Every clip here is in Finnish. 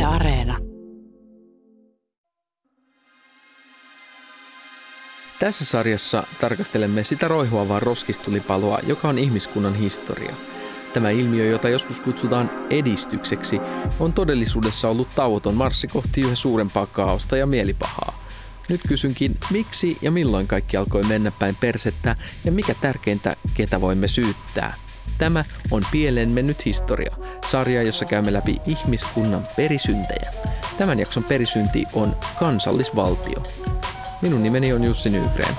Areena. Tässä sarjassa tarkastelemme sitä roihuavaa roskistulipaloa, joka on ihmiskunnan historia. Tämä ilmiö, jota joskus kutsutaan edistykseksi, on todellisuudessa ollut tauoton marssi kohti yhä suurempaa kaaosta ja mielipahaa. Nyt kysynkin, miksi ja milloin kaikki alkoi mennä päin persettä ja mikä tärkeintä, ketä voimme syyttää. Tämä on Pieleen mennyt historia, sarja, jossa käymme läpi ihmiskunnan perisyntejä. Tämän jakson perisynti on kansallisvaltio. Minun nimeni on Jussi Nygren.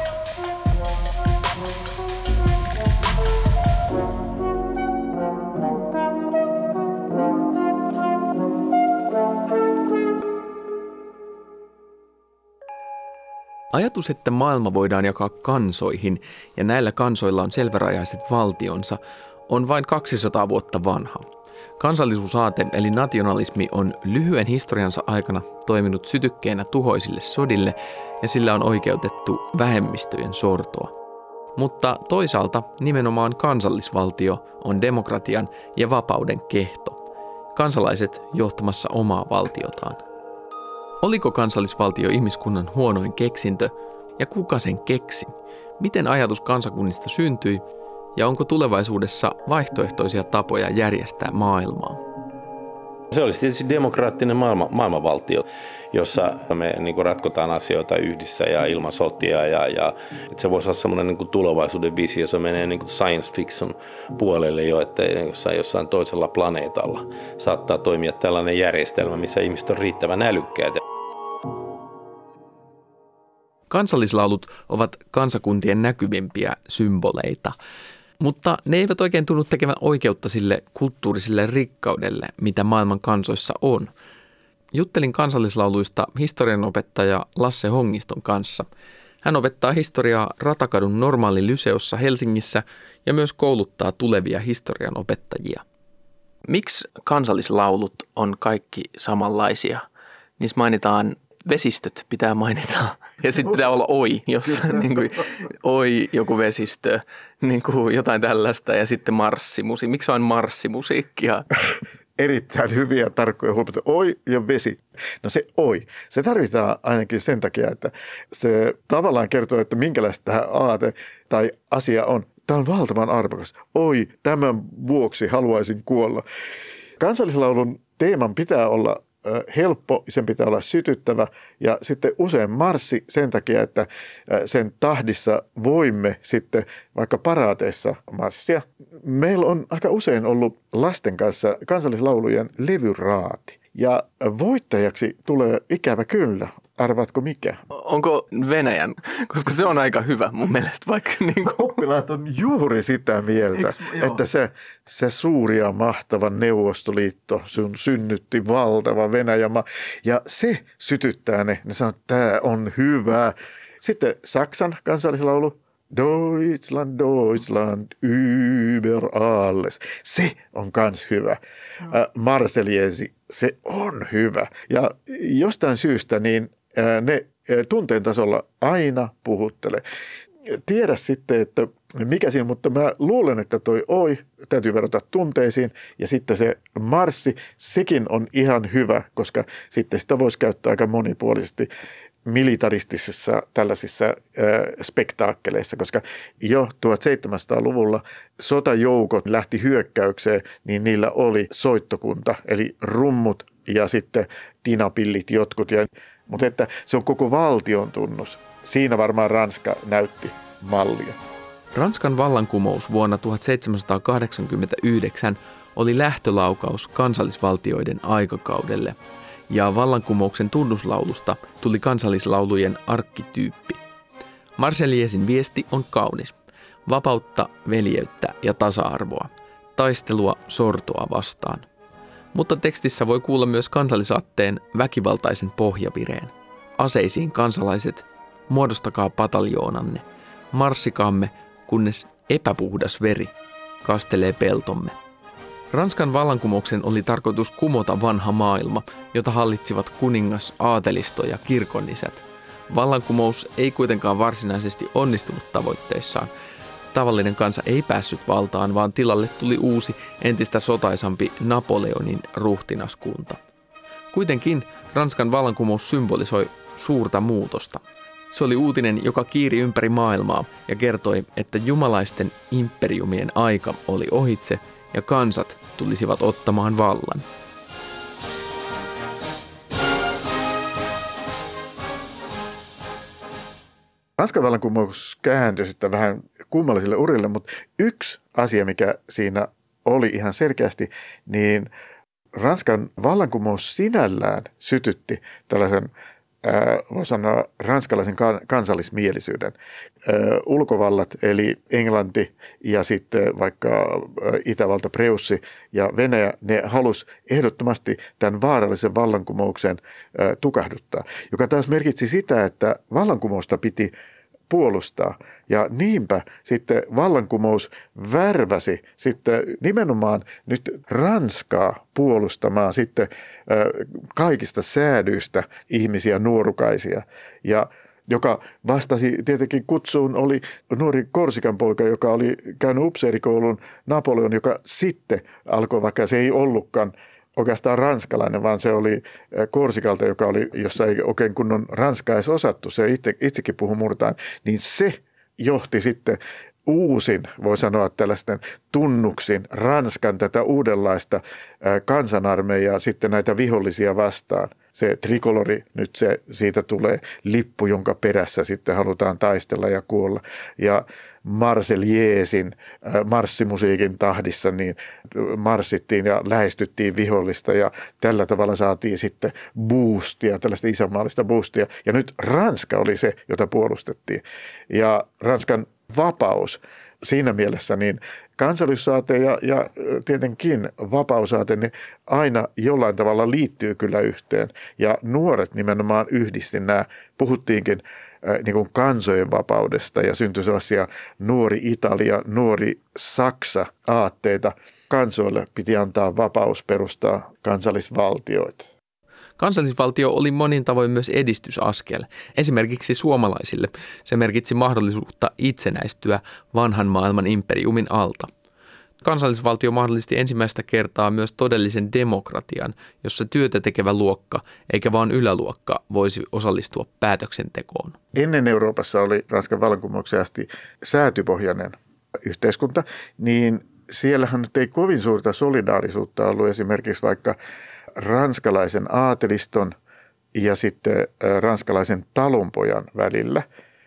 Ajatus, että maailma voidaan jakaa kansoihin ja näillä kansoilla on selvärajaiset valtionsa, on vain 200 vuotta vanha. Kansallisuusaate eli nationalismi on lyhyen historiansa aikana toiminut sytykkeenä tuhoisille sodille ja sillä on oikeutettu vähemmistöjen sortoa. Mutta toisaalta nimenomaan kansallisvaltio on demokratian ja vapauden kehto. Kansalaiset johtamassa omaa valtiotaan. Oliko kansallisvaltio ihmiskunnan huonoin keksintö ja kuka sen keksi? Miten ajatus kansakunnista syntyi ja onko tulevaisuudessa vaihtoehtoisia tapoja järjestää maailmaa? Se olisi tietysti demokraattinen maailmanvaltio, jossa me ratkotaan asioita yhdessä ja ilman sotia. Ja että se voisi olla semmoinen tulevaisuuden visio, se menee science fiction puolelle jo, että jossain toisella planeetalla saattaa toimia tällainen järjestelmä, missä ihmiset on riittävän älykkäitä. Kansallislaulut ovat kansakuntien näkyvimpiä symboleita, mutta ne eivät oikein tunnu tekevän oikeutta sille kulttuuriselle rikkaudelle, mitä maailman kansoissa on. Juttelin kansallislauluista historianopettaja Lasse Hongiston kanssa. Hän opettaa historiaa Ratakadun Normaalilyseossa Helsingissä ja myös kouluttaa tulevia historianopettajia. Miksi kansallislaulut on kaikki samanlaisia? Niissä mainitaan vesistöt, pitää mainita. Ja sitten pitää olla oi, jos oi joku vesistö, jotain tällaista ja sitten marssimusiikki. Miksi on marssimusiikkia? Erittäin hyviä tarkkoja huomioita. Oi ja vesi. No se oi. Se tarvitaan ainakin sen takia, että se tavallaan kertoo, että minkälaista tämä aate tai asia on. Tämä on valtavan arvokas. Oi, tämän vuoksi haluaisin kuolla. Kansallislaulun teeman pitää olla helppo, sen pitää olla sytyttävä ja sitten usein marssi sen takia, että sen tahdissa voimme sitten vaikka paraateissa marssia. Meillä on aika usein ollut lasten kanssa kansallislaulujen levyraati ja voittajaksi tulee ikävä kyllä. Arvaatko mikä? Onko Venäjän? Koska se on aika hyvä mun mielestä. Vaikka Oppilaat on juuri sitä mieltä, että se suuri ja mahtava Neuvostoliitto synnytti valtava Venäjä. Ja se sytyttää ne. Ne sanoo, että tämä on hyvä. Sitten Saksan kansallislaulu. Deutschland, Deutschland, über alles. Se on kans hyvä. Marseliesi, se on hyvä. Ja jostain syystä niin ne tunteen tasolla aina puhuttelee. Tiedä sitten, että mikä siinä, mutta mä luulen, että toi oi täytyy verrata tunteisiin ja sitten se marssi, sekin on ihan hyvä, koska sitten sitä voisi käyttää aika monipuolisesti militaristisissa tällaisissa spektaakkeleissa, koska jo 1700-luvulla sotajoukot lähti hyökkäykseen, niin niillä oli soittokunta, eli rummut ja sitten tinapillit jotkut. Mutta että se on koko valtion tunnus. Siinä varmaan Ranska näytti mallia. Ranskan vallankumous vuonna 1789 oli lähtölaukaus kansallisvaltioiden aikakaudelle. Ja vallankumouksen tunnuslaulusta tuli kansallislaulujen arkkityyppi. Marseliesin viesti on kaunis. Vapautta, veljeyttä ja tasa-arvoa. Taistelua sortoa vastaan. Mutta tekstissä voi kuulla myös kansallisaatteen väkivaltaisen pohjavireen. Aseisiin kansalaiset, muodostakaa pataljoonanne. Marssikaamme, kunnes epäpuhdas veri kastelee peltomme. Ranskan vallankumouksen oli tarkoitus kumota vanha maailma, jota hallitsivat kuningas, aatelisto ja kirkonisät. Vallankumous ei kuitenkaan varsinaisesti onnistunut tavoitteissaan. Tavallinen kansa ei päässyt valtaan, vaan tilalle tuli uusi, entistä sotaisampi Napoleonin ruhtinaskunta. Kuitenkin Ranskan vallankumous symbolisoi suurta muutosta. Se oli uutinen, joka kiiri ympäri maailmaa ja kertoi, että jumalaisten imperiumien aika oli ohitse ja kansat tulisivat ottamaan vallan. Ranskan vallankumous kääntyi sitten vähän kummallisille urille, mutta yksi asia, mikä siinä oli ihan selkeästi, niin Ranskan vallankumous sinällään sytytti tällaisen, voi sanoa, ranskalaisen kansallismielisyyden. Ulkovallat, eli Englanti ja sitten vaikka Itävalta, Preussi ja Venäjä, ne halusi ehdottomasti tämän vaarallisen vallankumouksen tukahduttaa, joka taas merkitsi sitä, että vallankumousta piti puolustaa. Ja niinpä sitten vallankumous värväsi sitten nimenomaan nyt Ranskaa puolustamaan sitten kaikista säädyistä ihmisiä, nuorukaisia. Ja joka vastasi tietenkin kutsuun, oli nuori Korsikan poika, joka oli käynyt upseerikoulun, Napoleon, joka sitten alkoi, vaikka se ei ollutkaan oikeastaan ranskalainen, vaan se oli Korsikalta, joka oli, jossa ei oikein kunnon ranskaa edes osattu, se itsekin puhui murtaan, niin se johti sitten uusin, voi sanoa tällaisten tunnuksin, Ranskan tätä uudenlaista kansanarmeijaa sitten näitä vihollisia vastaan. Se trikolori, nyt siitä tulee lippu, jonka perässä sitten halutaan taistella ja kuolla. Ja Marseljaisin marssimusiikin tahdissa niin marssittiin ja lähestyttiin vihollista ja tällä tavalla saatiin sitten boostia, tällaista isänmaallista boostia. Ja nyt Ranska oli se, jota puolustettiin. Ja Ranskan vapaus siinä mielessä niin kansallissaate ja tietenkin vapausaate niin aina jollain tavalla liittyy kyllä yhteen. Ja nuoret nimenomaan yhdisti nämä, puhuttiinkin niin kuin kansojen vapaudesta ja syntyi sellaisia nuori Italia, nuori Saksa aatteita. Kansoille piti antaa vapaus perustaa kansallisvaltioita. Kansallisvaltio oli monin tavoin myös edistysaskel. Esimerkiksi suomalaisille se merkitsi mahdollisuutta itsenäistyä vanhan maailman imperiumin alta. Kansallisvaltio mahdollisti ensimmäistä kertaa myös todellisen demokratian, jossa työtä tekevä luokka eikä vain yläluokka voisi osallistua päätöksentekoon. Ennen Euroopassa oli Ranskan vallankumouksen asti säätypohjainen yhteiskunta, niin siellähän nyt ei kovin suurta solidaarisuutta ollut esimerkiksi vaikka ranskalaisen aateliston ja sitten ranskalaisen talonpojan välillä.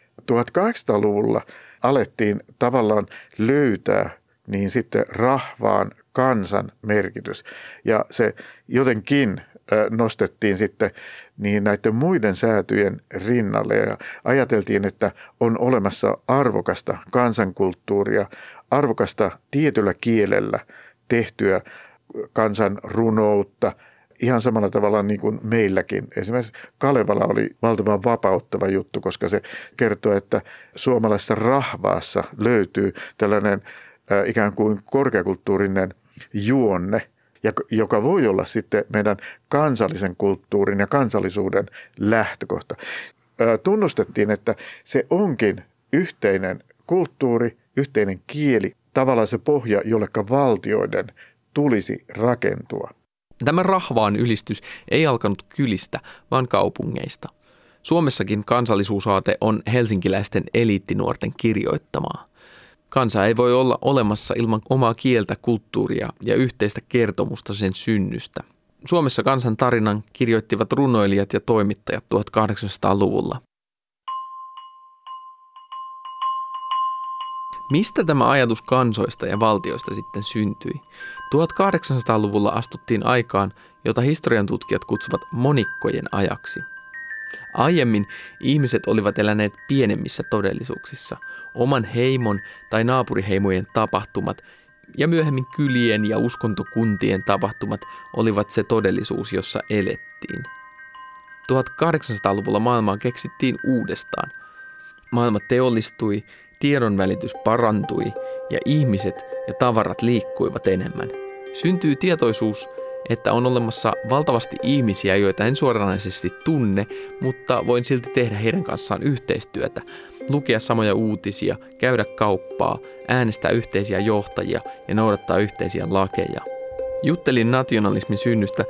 1800-luvulla alettiin tavallaan löytää niin sitten rahvaan kansan merkitys ja se jotenkin nostettiin sitten niin näiden muiden säätyjen rinnalle ja ajateltiin, että on olemassa arvokasta kansankulttuuria, arvokasta tietyllä kielellä tehtyä kansan runoutta, ihan samalla tavalla niin kuin meilläkin. Esimerkiksi Kalevala oli valtavan vapauttava juttu, koska se kertoo, että suomalaisessa rahvaassa löytyy tällainen ikään kuin korkeakulttuurinen juonne, joka voi olla sitten meidän kansallisen kulttuurin ja kansallisuuden lähtökohta. Tunnustettiin, että se onkin yhteinen kulttuuri, yhteinen kieli, tavallaan se pohja, jolleka valtioiden tulisi rakentua. Tämä rahvaan ylistys ei alkanut kylistä, vaan kaupungeista. Suomessakin kansallisuusaate on helsinkiläisten eliittinuorten kirjoittamaa. Kansa ei voi olla olemassa ilman omaa kieltä, kulttuuria ja yhteistä kertomusta sen synnystä. Suomessa kansan tarinan kirjoittivat runoilijat ja toimittajat 1800-luvulla. Mistä tämä ajatus kansoista ja valtioista sitten syntyi? 1800-luvulla astuttiin aikaan, jota historian tutkijat kutsuvat monikkojen ajaksi. Aiemmin ihmiset olivat eläneet pienemmissä todellisuuksissa. Oman heimon tai naapuriheimojen tapahtumat ja myöhemmin kylien ja uskontokuntien tapahtumat olivat se todellisuus, jossa elettiin. 1800-luvulla maailmaa keksittiin uudestaan. Maailma teollistui, tiedonvälitys parantui ja ihmiset ja tavarat liikkuivat enemmän. Syntyy tietoisuus, että on olemassa valtavasti ihmisiä, joita en suoranaisesti tunne, mutta voin silti tehdä heidän kanssaan yhteistyötä, lukea samoja uutisia, käydä kauppaa, äänestää yhteisiä johtajia ja noudattaa yhteisiä lakeja. Juttelin nationalismin synnystä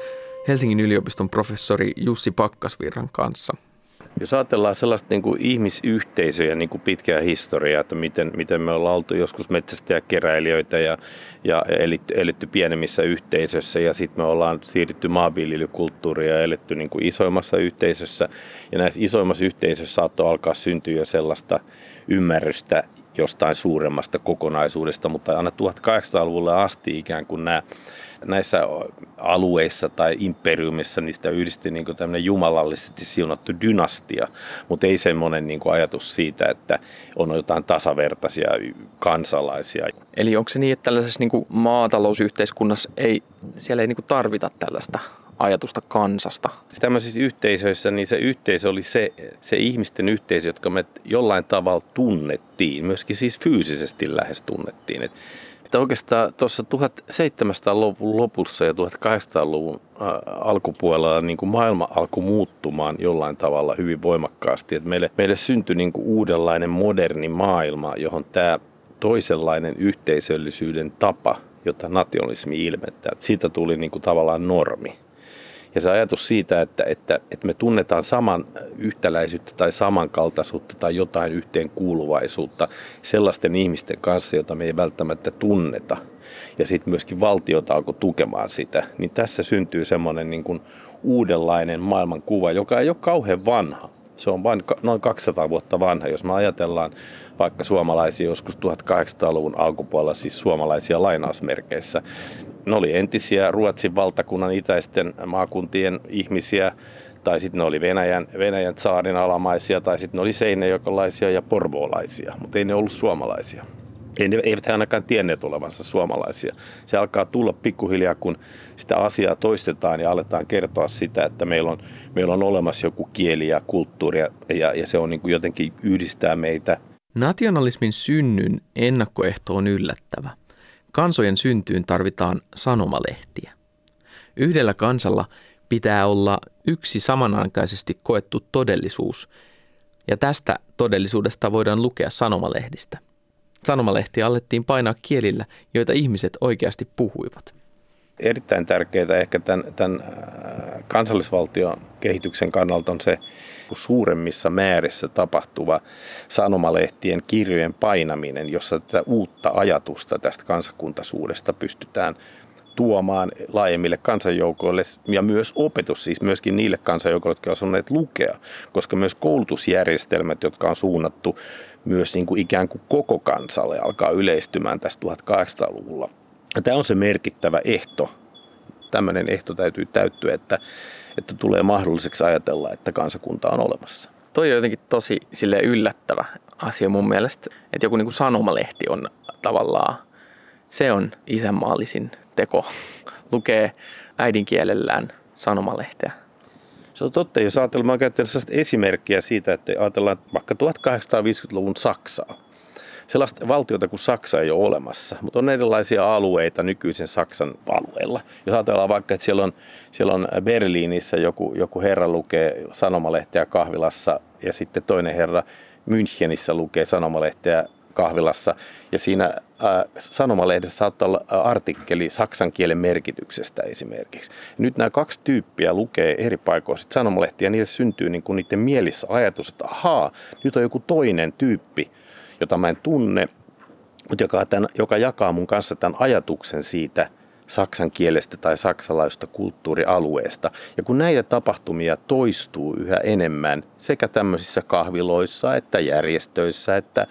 Helsingin yliopiston professori Jussi Pakkasvirran kanssa. Jos ajatellaan sellaista niin kuin ihmisyhteisöjä niin kuin pitkää historiaa, että miten me ollaan oltu joskus metsästäjäkeräilijöitä ja eletty pienemmissä yhteisöissä ja sitten me ollaan siirrytty maanviljelykulttuuriin ja eletty niin kuin isoimmassa yhteisössä. Ja näissä isoimmassa yhteisöissä saattoi alkaa syntyä jo sellaista ymmärrystä jostain suuremmasta kokonaisuudesta, mutta aina 1800-luvulle asti ikään kuin näissä alueissa tai imperiumissa niistä yhdisti niin kuin tämmöinen jumalallisesti siunattu dynastia, mutta ei semmoinen niin kuin ajatus siitä, että on jotain tasavertaisia kansalaisia. Eli onko se niin, että tällaisessa niin kuin maatalousyhteiskunnassa siellä ei niin kuin tarvita tällaista ajatusta kansasta? Tämmöisissä yhteisöissä niin se yhteisö oli se ihmisten yhteisö, jotka me jollain tavalla tunnettiin, myöskin siis fyysisesti lähes tunnettiin. Että oikeastaan tuossa 1700-luvun lopussa ja 1800-luvun alkupuolella niin kuin maailma alkoi muuttumaan jollain tavalla hyvin voimakkaasti. Että meille syntyi niin kuin uudenlainen moderni maailma, johon tämä toisenlainen yhteisöllisyyden tapa, jota nationalismi ilmentää, siitä tuli niin kuin tavallaan normi. Ja se ajatus siitä, että me tunnetaan saman yhtäläisyyttä tai samankaltaisuutta tai jotain yhteenkuuluvaisuutta sellaisten ihmisten kanssa, jota me ei välttämättä tunneta. Ja sitten myöskin valtiota alkoi tukemaan sitä. Niin tässä syntyy semmoinen niin kuin uudenlainen maailmankuva, joka ei ole kauhean vanha. Se on vain noin 200 vuotta vanha, jos me ajatellaan vaikka suomalaisia joskus 1800-luvun alkupuolella, siis suomalaisia lainausmerkeissä. Ne oli entisiä Ruotsin valtakunnan itäisten maakuntien ihmisiä, tai sitten ne oli Venäjän tsaarin alamaisia, tai sitten ne oli seinäjokalaisia ja porvoolaisia, mutta ei ne ollut suomalaisia. Eivät he ainakaan tienneet olevansa suomalaisia. Se alkaa tulla pikkuhiljaa, kun sitä asiaa toistetaan ja aletaan kertoa sitä, että meillä on olemassa joku kieli ja kulttuuri ja se on niin kuin jotenkin yhdistää meitä. Nationalismin synnyn ennakkoehto on yllättävä. Kansojen syntyyn tarvitaan sanomalehtiä. Yhdellä kansalla pitää olla yksi samanaikaisesti koettu todellisuus, ja tästä todellisuudesta voidaan lukea sanomalehdistä. Sanomalehtiä alettiin painaa kielillä, joita ihmiset oikeasti puhuivat. Erittäin tärkeää ehkä tämän kansallisvaltion kehityksen kannalta on se suuremmissa määrissä tapahtuva sanomalehtien kirjojen painaminen, jossa tätä uutta ajatusta tästä kansakuntaisuudesta pystytään tuomaan laajemmille kansanjoukoille ja myös opetus, siis myöskin niille kansanjoukoille, jotka ovat saaneet lukea, koska myös koulutusjärjestelmät, jotka on suunnattu myös niin kuin ikään kuin koko kansalle, alkaa yleistymään tässä 1800-luvulla. Ja tämä on se merkittävä ehto. Tämmöinen ehto täytyy täyttyä, että tulee mahdolliseksi ajatella, että kansakunta on olemassa. Toi on jotenkin tosi yllättävä asia mun mielestä, että joku niin kuin sanomalehti on tavallaan, se on isänmaallisin teko, lukee äidinkielellään sanomalehteä. Se on totta, jos ajatellaan, mä oon käyttänyt sellaista esimerkkiä siitä, että ajatellaan vaikka 1850-luvun Saksaa. Sellaista valtiota kuin Saksa ei ole olemassa, mutta on erilaisia alueita nykyisen Saksan alueella. Jos ajatellaan vaikka, että siellä on Berliinissä joku herra lukee sanomalehteä kahvilassa ja sitten toinen herra Münchenissä lukee sanomalehteä kahvilassa. Ja siinä sanomalehdessä saattaa olla artikkeli saksan kielen merkityksestä esimerkiksi. Nyt nämä kaksi tyyppiä lukee eri paikoissa sanomalehtiä ja niille syntyy niin kuin niiden mielissä ajatus, että ahaa, nyt on joku toinen tyyppi, jota mä en tunne, mutta joka jakaa mun kanssa tämän ajatuksen siitä saksan kielestä tai saksalaisesta kulttuurialueesta. Ja kun näitä tapahtumia toistuu yhä enemmän sekä tämmöisissä kahviloissa, että järjestöissä, että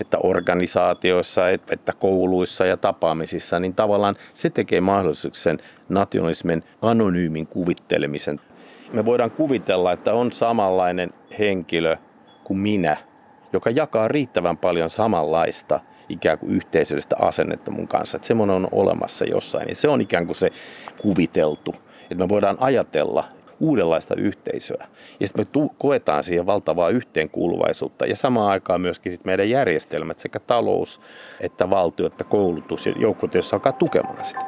organisaatioissa, että kouluissa ja tapaamisissa, niin tavallaan se tekee mahdolliseksi sen nationalismin anonyymin kuvittelemisen. Me voidaan kuvitella, että on samanlainen henkilö kuin minä, joka jakaa riittävän paljon samanlaista ikään kuin yhteisöllistä asennetta mun kanssa. Että semmoinen on olemassa jossain. Ja se on ikään kuin se kuviteltu. Että me voidaan ajatella uudenlaista yhteisöä. Ja sitten me koetaan siihen valtavaa yhteenkuuluvaisuutta. Ja samaan aikaan myöskin sit meidän järjestelmät, sekä talous, että valtio, että koulutus ja joukkotyössä alkaa tukemaan sitä.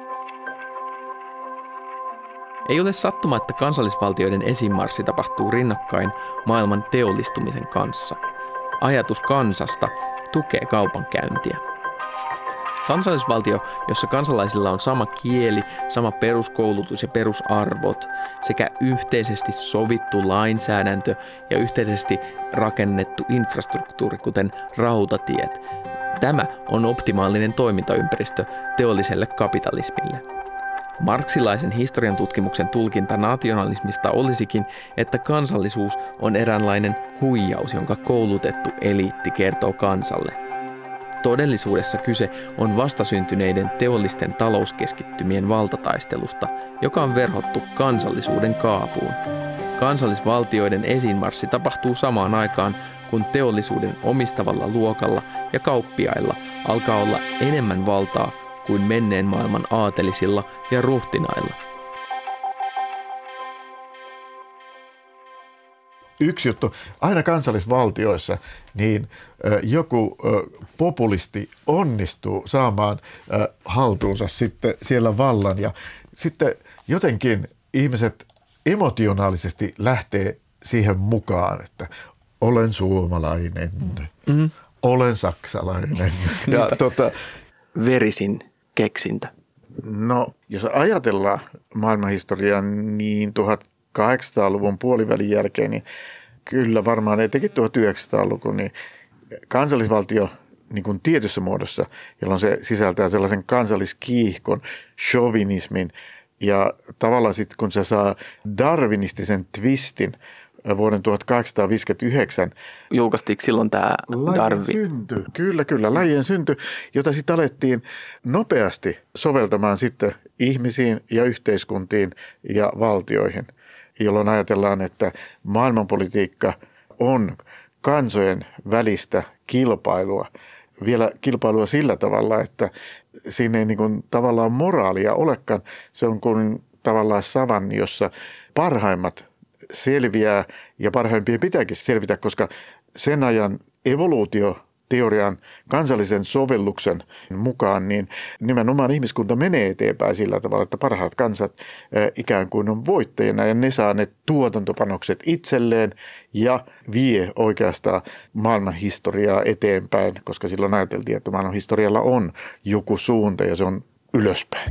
Ei ole sattuma, että kansallisvaltioiden esimarssi tapahtuu rinnakkain maailman teollistumisen kanssa. Ajatus kansasta tukee kaupankäyntiä. Kansallisvaltio, jossa kansalaisilla on sama kieli, sama peruskoulutus ja perusarvot sekä yhteisesti sovittu lainsäädäntö ja yhteisesti rakennettu infrastruktuuri, kuten rautatiet. Tämä on optimaalinen toimintaympäristö teolliselle kapitalismille. Marxilaisen historian tutkimuksen tulkinta nationalismista olisikin, että kansallisuus on eräänlainen huijaus, jonka koulutettu eliitti kertoo kansalle. Todellisuudessa kyse on vastasyntyneiden teollisten talouskeskittymien valtataistelusta, joka on verhottu kansallisuuden kaapuun. Kansallisvaltioiden esiinmarssi tapahtuu samaan aikaan, kun teollisuuden omistavalla luokalla ja kauppiailla alkaa olla enemmän valtaa kuin menneen maailman aatelisilla ja ruhtinailla. Yksi juttu, aina kansallisvaltioissa niin joku populisti onnistuu saamaan haltuunsa sitten siellä vallan ja sitten jotenkin ihmiset emotionaalisesti lähtee siihen mukaan, että olen suomalainen, olen saksalainen. Ja Verisin keksintä. No, jos ajatellaan maailmanhistoriaa niin 1800-luvun puolivälin jälkeen, niin kyllä varmaan etenkin 1900-luku, niin kansallisvaltio niin kuin tietyssä muodossa, jolloin se sisältää sellaisen kansalliskiihkon, chauvinismin ja tavallaan sitten kun se saa darwinistisen twistin vuoden 1859. Julkaistiinko silloin tämä Darwin? Synty. Kyllä, lajien synty, jota sitten alettiin nopeasti soveltamaan sitten ihmisiin ja yhteiskuntiin ja valtioihin, jolloin ajatellaan, että maailmanpolitiikka on kansojen välistä kilpailua. Vielä kilpailua sillä tavalla, että siinä ei niin kuin tavallaan moraalia olekaan. Se on kuin tavallaan savanni, jossa parhaimmat selviää ja parhaimpien pitääkin selvitä, koska sen ajan evoluutioteorian kansallisen sovelluksen mukaan niin nimenomaan ihmiskunta menee eteenpäin sillä tavalla, että parhaat kansat ikään kuin on voittajina ja ne saa ne tuotantopanokset itselleen ja vie oikeastaan maailman historiaa eteenpäin, koska silloin ajateltiin, että maailman historialla on joku suunta ja se on ylöspäin.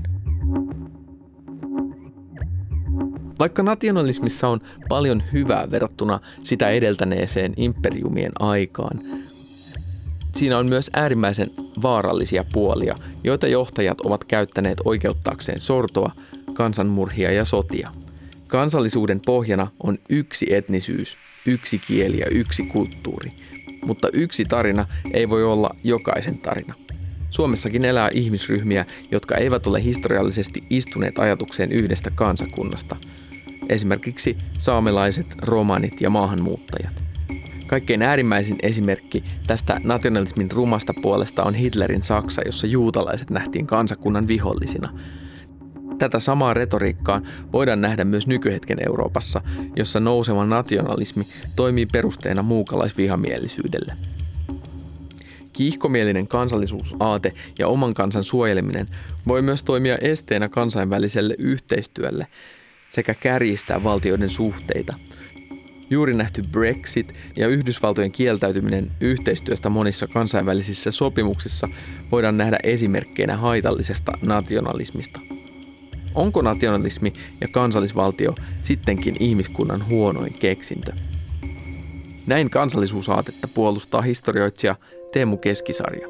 Vaikka nationalismissa on paljon hyvää verrattuna sitä edeltäneeseen imperiumien aikaan, siinä on myös äärimmäisen vaarallisia puolia, joita johtajat ovat käyttäneet oikeuttaakseen sortoa, kansanmurhia ja sotia. Kansallisuuden pohjana on yksi etnisyys, yksi kieli ja yksi kulttuuri, mutta yksi tarina ei voi olla jokaisen tarina. Suomessakin elää ihmisryhmiä, jotka eivät ole historiallisesti istuneet ajatukseen yhdestä kansakunnasta. Esimerkiksi saamelaiset, romanit ja maahanmuuttajat. Kaikkein äärimmäisin esimerkki tästä nationalismin rumasta puolesta on Hitlerin Saksa, jossa juutalaiset nähtiin kansakunnan vihollisina. Tätä samaa retoriikkaa voidaan nähdä myös nykyhetken Euroopassa, jossa nouseva nationalismi toimii perusteena muukalaisvihamielisyydelle. Kiihkomielinen kansallisuusaate ja oman kansan suojeleminen voi myös toimia esteenä kansainväliselle yhteistyölle sekä kärjistää valtioiden suhteita. Juuri nähty Brexit ja Yhdysvaltojen kieltäytyminen yhteistyöstä monissa kansainvälisissä sopimuksissa voidaan nähdä esimerkkeinä haitallisesta nationalismista. Onko nationalismi ja kansallisvaltio sittenkin ihmiskunnan huonoin keksintö? Näin kansallisuusaatetta puolustaa historioitsija Teemu Keskisarja.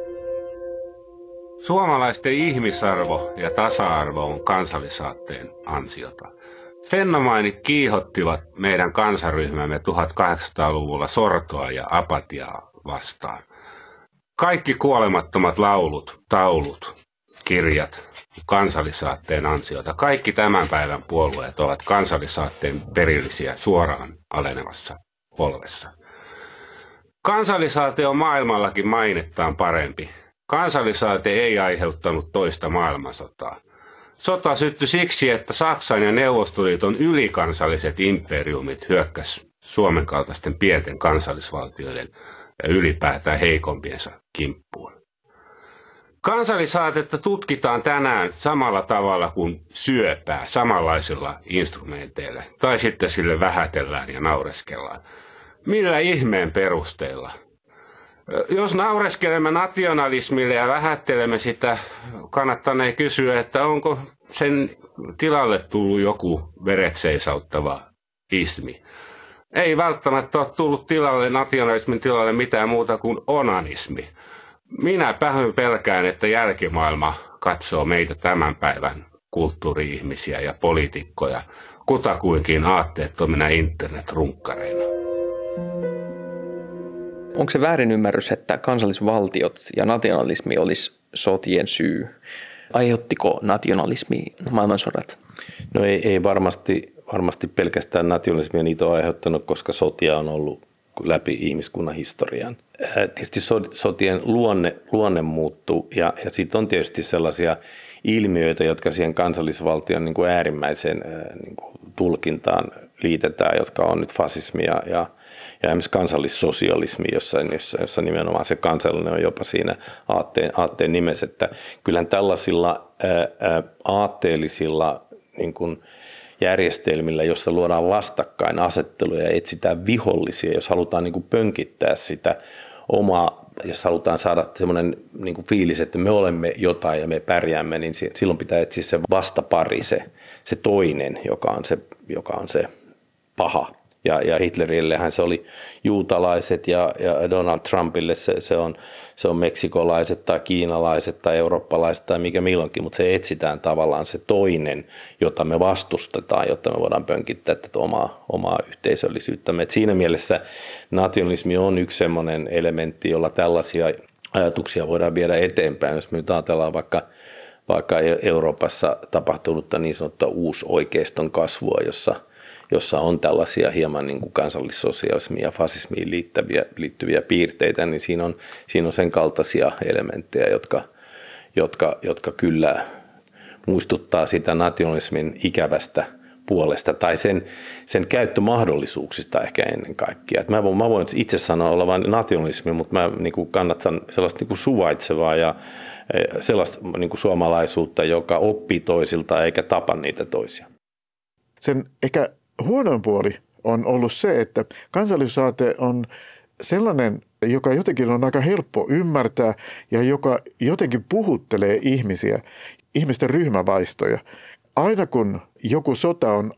Suomalaisten ihmisarvo ja tasa-arvo on kansallisaatteen ansiota. Fennomainit kiihottivat meidän kansaryhmämme 1800-luvulla sortoa ja apatiaa vastaan. Kaikki kuolemattomat laulut, taulut, kirjat, kansallisaatteen ansiota. Kaikki tämän päivän puolueet ovat kansallisaatteen perillisiä suoraan alenevassa polvessa. Kansallisaate on maailmallakin mainettaan parempi. Kansallisaate ei aiheuttanut toista maailmansotaa. Sota syttyi siksi, että Saksan ja Neuvostoliiton ylikansalliset imperiumit hyökkäsivät Suomen kaltaisten pienten kansallisvaltioiden ja ylipäätään heikompiensa kimppuun. Kansallisaatetta tutkitaan tänään samalla tavalla kuin syöpää, samanlaisilla instrumenteilla, tai sitten sille vähätellään ja naureskellaan. Millä ihmeen perusteella? Jos naureskelemme nationalismille ja vähättelemme sitä, kannattanee kysyä, että onko sen tilalle tullut joku veret seisauttava ismi. Ei välttämättä ole tullut tilalle, nationalismin tilalle mitään muuta kuin onanismi. Minä pelkään, että jälkimaailma katsoo meitä tämän päivän kulttuuri-ihmisiä ja poliitikkoja kutakuinkin aatteettomina internet-runkkareina. Onko se väärinymmärrys, että kansallisvaltiot ja nationalismi olisi sotien syy? Aiheuttiko nationalismi maailmansodat? No ei varmasti pelkästään nationalismia niitä on aiheuttanut, koska sotia on ollut läpi ihmiskunnan historian. Tietysti sotien luonne muuttuu ja sitten on tietysti sellaisia ilmiöitä, jotka siihen kansallisvaltion niin kuin äärimmäiseen niin kuin tulkintaan liitetään, jotka on nyt fasismia ja esimerkiksi kansallissosialismi, jossa nimenomaan se kansallinen on jopa siinä aatteen nimessä, että kyllähän tällaisilla aatteellisilla niin kuin järjestelmillä, jossa luodaan vastakkainasetteluja ja etsitään vihollisia, jos halutaan niin kuin pönkittää sitä omaa, jos halutaan saada semmoinen niin kuin fiilis, että me olemme jotain ja me pärjäämme, niin silloin pitää etsiä se vastapari, se toinen, joka on se paha. Ja Hitlerillehän se oli juutalaiset ja Donald Trumpille se on meksikolaiset tai kiinalaiset tai eurooppalaiset tai mikä milloinkin, mutta se etsitään tavallaan se toinen, jota me vastustetaan, jotta me voidaan pönkittää tätä omaa yhteisöllisyyttämme. Et siinä mielessä nationalismi on yksi semmoinen elementti, jolla tällaisia ajatuksia voidaan viedä eteenpäin, jos me nyt ajatellaan vaikka Euroopassa tapahtunutta niin sanottua uusoikeiston kasvua, jossa on tällaisia hieman niin kuin kansallissosialismiin ja fasismiin liittyviä piirteitä, niin siinä on sen kaltaisia elementtejä, jotka kyllä muistuttaa sitä nationalismin ikävästä puolesta tai sen käyttömahdollisuuksista ehkä ennen kaikkea. Et mä voin itse sanoa olevan nationalismi, mutta mä niin kuin kannatan sellaista niin kuin suvaitsevaa ja sellaista niin kuin suomalaisuutta, joka oppii toisilta eikä tapa niitä toisia. Sen ehkä huonoin puoli on ollut se, että kansallisuusaate on sellainen, joka jotenkin on aika helppo ymmärtää ja joka jotenkin puhuttelee ihmisten ryhmävaistoja. Aina kun joku sota on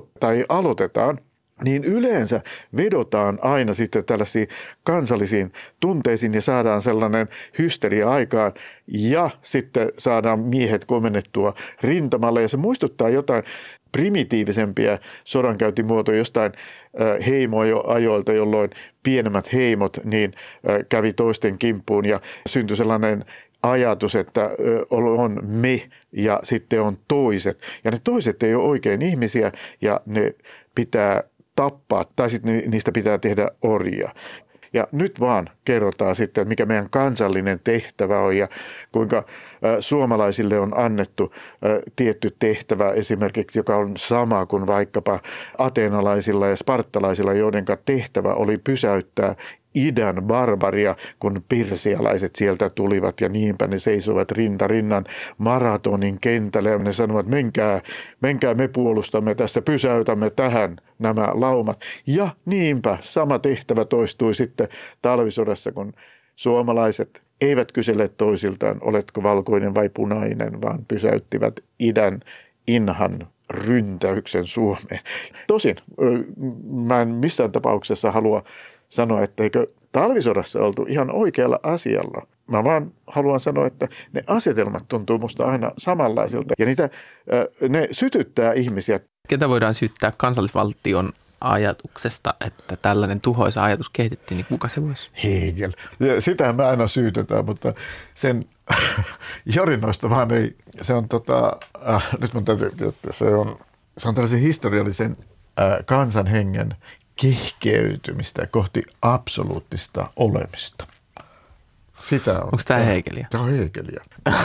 aloitetaan, niin yleensä vedotaan aina sitten tällaisiin kansallisiin tunteisiin ja saadaan sellainen hysteria aikaan ja sitten saadaan miehet komennettua rintamalle ja se muistuttaa jotain primitiivisempiä sodankäyntimuotoja jostain heimoajoilta, jolloin pienemmät heimot niin kävi toisten kimppuun ja syntyi sellainen ajatus, että on me ja sitten on toiset. Ja ne toiset ei ole oikein ihmisiä ja ne pitää tappaa tai sitten niistä pitää tehdä orjia. Ja nyt vaan kerrotaan sitten, mikä meidän kansallinen tehtävä on ja kuinka suomalaisille on annettu tietty tehtävä esimerkiksi, joka on sama kuin vaikkapa ateenalaisilla ja spartalaisilla, joiden tehtävä oli pysäyttää idän barbaria, kun persialaiset sieltä tulivat ja niinpä ne seisovat rinta rinnan maratonin kentälle ja ne sanovat, menkää me puolustamme tässä, pysäytämme tähän nämä laumat. Ja niinpä sama tehtävä toistui sitten talvisodassa, kun suomalaiset eivät kysele toisiltaan, oletko valkoinen vai punainen, vaan pysäyttivät idän inhan ryntäyksen Suomeen. Tosin mä en missään tapauksessa halua sanoa, että eikö talvisodassa oltu ihan oikealla asialla. Mä vaan haluan sanoa, että ne asetelmat tuntuu musta aina samanlaisilta ja ne sytyttää ihmisiä. Ketä voidaan syyttää kansallisvaltion ajatuksesta, että tällainen tuhoisa ajatus kehitettiin, niin kuka se voisi? Hegel. Sitä mä aina syytetään, mutta sen jorinoista vaan ei. Se on nyt mun täytyy, että se on tällaisen historiallisen kansanhengen kehkeytymistä kohti absoluuttista olemista. Sitä on. Onko tämä Hegeliä? Tämä on Hegeliä.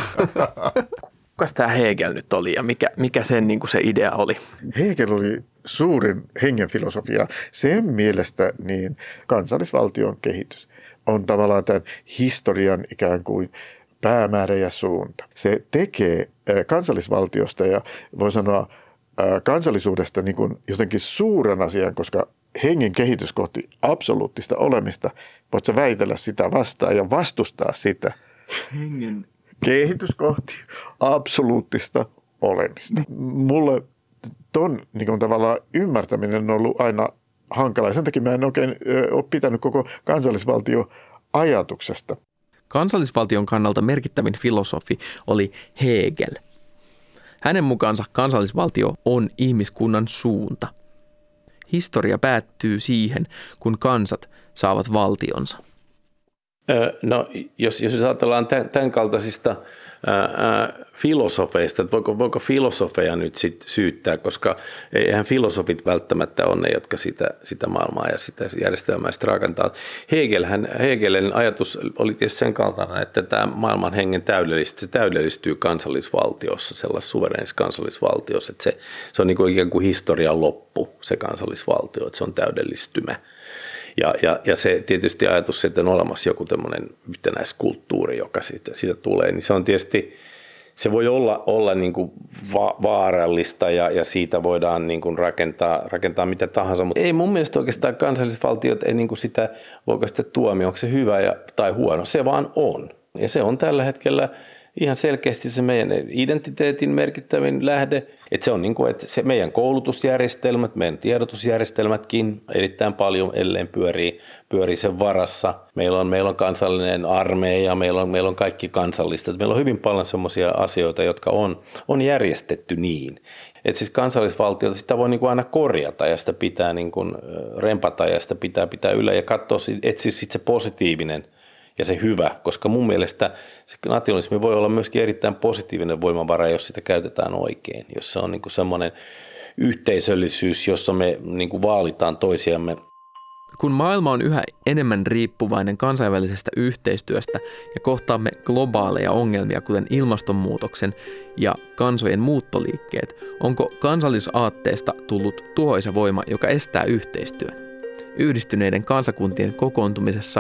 Kukas tämä Hegel nyt oli ja mikä sen niin kuin se idea oli? Hegel oli suurin hengenfilosofia. Sen mielestä niin kansallisvaltion kehitys on tavallaan tämän historian ikään kuin päämäärä ja suunta. Se tekee kansallisvaltiosta ja voi sanoa kansallisuudesta niin kuin jotenkin suuren asian, koska hengen kehitys kohti absoluuttista olemista, voit sä väitellä sitä vastaan ja vastustaa sitä. Hengen Kehitys kohti absoluuttista olemista. Mulle ton niin kuin tavallaan ymmärtäminen on ollut aina hankala. Sen takia mä en oikein ole pitänyt koko kansallisvaltio-ajatuksesta. Kansallisvaltion kannalta merkittävin filosofi oli Hegel. Hänen mukaansa kansallisvaltio on ihmiskunnan suunta. Historia päättyy siihen, kun kansat saavat valtionsa. No, jos ajatellaan tämän kaltaisista filosofeista, että voiko filosofeja nyt sit syyttää, koska eihän filosofit välttämättä ole ne, jotka sitä maailmaa ja sitä järjestelmää sitten rakentaa. Hegelin ajatus oli tietysti sen kaltainen, että tämä maailman hengen se täydellistyy kansallisvaltiossa, sellaisessa suvereenissa kansallisvaltiossa, että se on niin kuin ikään kuin historian loppu, se kansallisvaltio, että se on täydellistymä. Ja se tietysti ajatus, että on olemassa joku tämmöinen yhtenäiskulttuuri, joka siitä tulee, niin se on tietysti, se voi olla niin kuin vaarallista ja siitä voidaan niin kuin rakentaa mitä tahansa, mutta ei mun mielestä oikeastaan kansallisvaltiot ei niin kuin sitä, voiko sitä tuomia, onko se hyvä tai huono, se vaan on. Ja se on tällä hetkellä ihan selkeästi se meidän identiteetin merkittävin lähde, että se on niin kuin, että se meidän koulutusjärjestelmät, meidän tiedotusjärjestelmätkin erittäin paljon edelleen pyörii sen varassa. Meillä on kansallinen armeija, meillä on kaikki kansallista. Meillä on hyvin paljon sellaisia asioita, jotka on järjestetty niin. Että siis kansallisvaltiota sitä voi niin kuin aina korjata ja sitä pitää niin kuin rempata ja sitä pitää yllä ja katsoa, etsiä sitten se positiivinen ja se hyvä, koska mun mielestä se nationalismi voi olla myöskin erittäin positiivinen voimavara, jos sitä käytetään oikein, jos se on niin kuin semmoinen yhteisöllisyys, jossa me niin kuin vaalitaan toisiamme. Kun maailma on yhä enemmän riippuvainen kansainvälisestä yhteistyöstä ja kohtaamme globaaleja ongelmia, kuten ilmastonmuutoksen ja kansojen muuttoliikkeet, onko kansallisaatteesta tullut tuhoisa voima, joka estää yhteistyön? Yhdistyneiden kansakuntien kokoontumisessa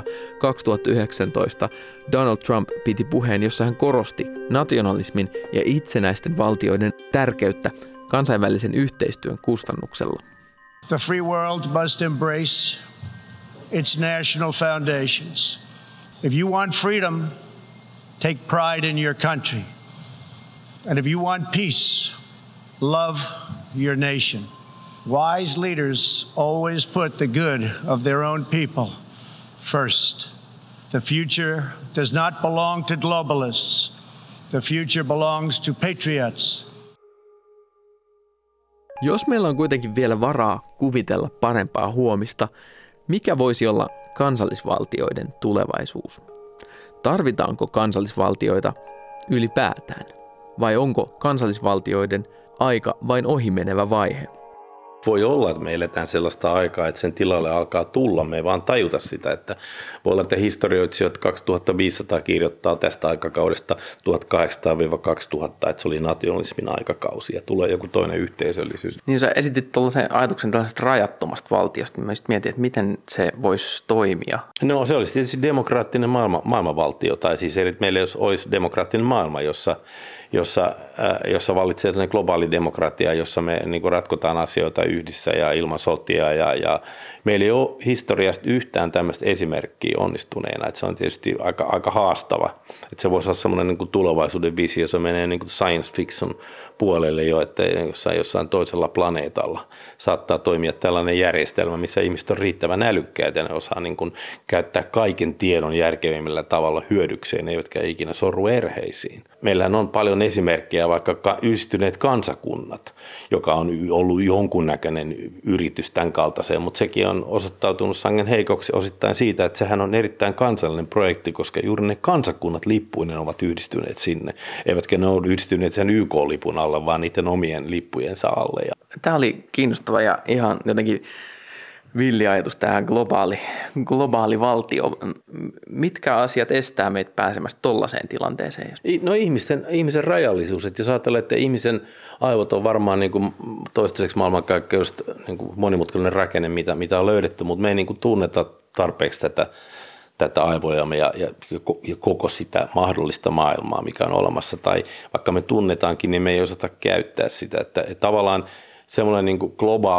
2019 Donald Trump piti puheen, jossa hän korosti nationalismin ja itsenäisten valtioiden tärkeyttä kansainvälisen yhteistyön kustannuksella. The free world must embrace its national foundations. If you want freedom, take pride in your country. And if you want peace, love your nation. Wise leaders always put the good of their own people first. The future does not belong to globalists. The future belongs to patriots. Jos meillä on kuitenkin vielä varaa kuvitella parempaa huomista, mikä voisi olla kansallisvaltioiden tulevaisuus? Tarvitaanko kansallisvaltioita ylipäätään? Vai onko kansallisvaltioiden aika vain ohimenevä vaihe? Voi olla, että me eletään sellaista aikaa, että sen tilalle alkaa tulla. Me ei vaan tajuta sitä, että voi olla, että historioitsijat 2500 kirjoittaa tästä aikakaudesta 1800-2000, että se oli nationalismin aikakausi ja tulee joku toinen yhteisöllisyys. Niin sä esitit tuollaisen ajatuksen tällaisesta rajattomasta valtiosta, niin mä just mietin, että miten se voisi toimia. No se olisi tietysti demokraattinen maailmanvaltio, tai siis eli meillä olisi demokraattinen maailma, jossa vallitsee globaali demokratia, jossa me niin kuin ratkotaan asioita yhdessä ja ilman sotia. Ja meillä ei ole historiasta yhtään tämmöistä esimerkkiä onnistuneena, että se on tietysti aika haastava. Että se voisi olla semmoinen niin kuin tulevaisuuden visio, se menee niin kuin science fiction puolelle jo, että jossain toisella planeetalla saattaa toimia tällainen järjestelmä, missä ihmiset on riittävän älykkäitä ja ne osaa niin kuin käyttää kaiken tiedon järkevimmillä tavalla hyödykseen, eivätkä ikinä sorru erheisiin. Meillähän on paljon esimerkkejä, vaikka yhdistyneet kansakunnat, joka on ollut jonkunnäköinen yritys tämän kaltaiseen, mutta sekin on osoittautunut sangen heikoksi osittain siitä, että sehän on erittäin kansallinen projekti, koska juuri ne kansakunnat lippuinen ovat yhdistyneet sinne, eivätkä ne ole yhdistyneet sen YK-lipun alle, vaan niiden omien lippujensa alle. Tämä oli kiinnostava ja ihan jotenkin villi ajatus, tämä globaali valtio. Mitkä asiat estää meitä pääsemästä tollaiseen tilanteeseen? No ihmisen rajallisuus, että jos ajatellaan, että ihmisen aivot on varmaan niin kuin toistaiseksi maailmankaikkeudesta niin kuin monimutkainen rakenne, mitä on löydetty, mutta me ei niin kuin tunneta tarpeeksi tätä aivojamme ja koko sitä mahdollista maailmaa, mikä on olemassa. Tai vaikka me tunnetaankin, niin me ei osata käyttää sitä. Että tavallaan semmoinen niin kuin globaali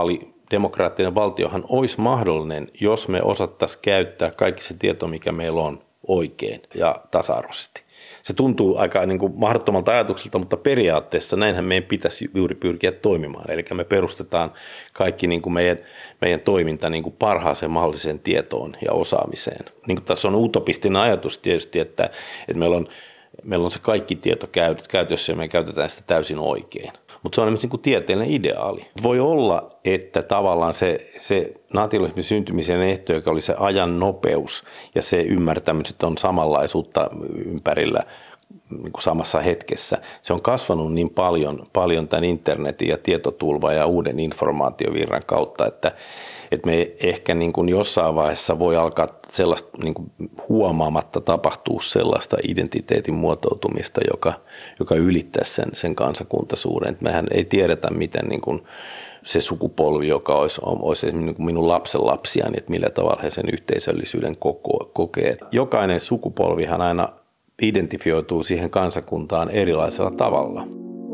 demokraattinen valtiohan olisi mahdollinen, jos me osattaisiin käyttää kaikki se tieto, mikä meillä on, oikein ja tasa-arvoisesti. Se tuntuu aika niin kuin mahdottomalta ajatukselta, mutta periaatteessa näinhän meidän pitäisi juuri pyrkiä toimimaan. Eli me perustetaan kaikki niin kuin meidän toiminta niin kuin parhaaseen mahdolliseen tietoon ja osaamiseen. Niin kuin tässä on utopistinen ajatus tietysti, että meillä on se kaikki tieto käytössä ja me käytetään sitä täysin oikein. Mutta se on niin kuin tieteellinen ideaali. Voi olla, että tavallaan se nationalismin syntymisen ehto, joka oli se ajan nopeus ja se ymmärtämys, että on samanlaisuutta ympärillä niin kuin samassa hetkessä, se on kasvanut niin paljon tämän internetin ja tietotulvan ja uuden informaatiovirran kautta, että me ehkä niin kuin jossain vaiheessa voi alkaa sellaista niin kuin huomaamatta tapahtuu sellaista identiteetin muotoutumista, joka ylittäisi sen kansakuntaisuuden. Et mehän ei tiedetä, miten niin kuin se sukupolvi, joka olisi niin kuin minun lapsenlapsiani, että millä tavalla he sen yhteisöllisyyden kokee. Jokainen sukupolvihan aina identifioituu siihen kansakuntaan erilaisella tavalla.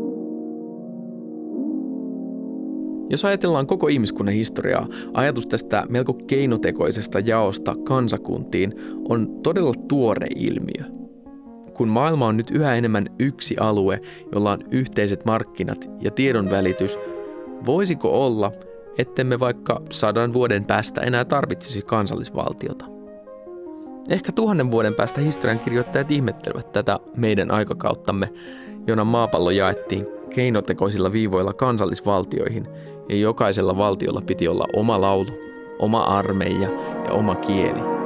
Jos ajatellaan koko ihmiskunnan historiaa, ajatus tästä melko keinotekoisesta jaosta kansakuntiin on todella tuore ilmiö. Kun maailma on nyt yhä enemmän yksi alue, jolla on yhteiset markkinat ja tiedonvälitys, voisiko olla, ettemme vaikka 100 vuoden päästä enää tarvitsisi kansallisvaltiota? Ehkä 1000 vuoden päästä historiankirjoittajat ihmettelevät tätä meidän aikakauttamme, jona maapallo jaettiin keinotekoisilla viivoilla kansallisvaltioihin ja jokaisella valtiolla piti olla oma laulu, oma armeija ja oma kieli.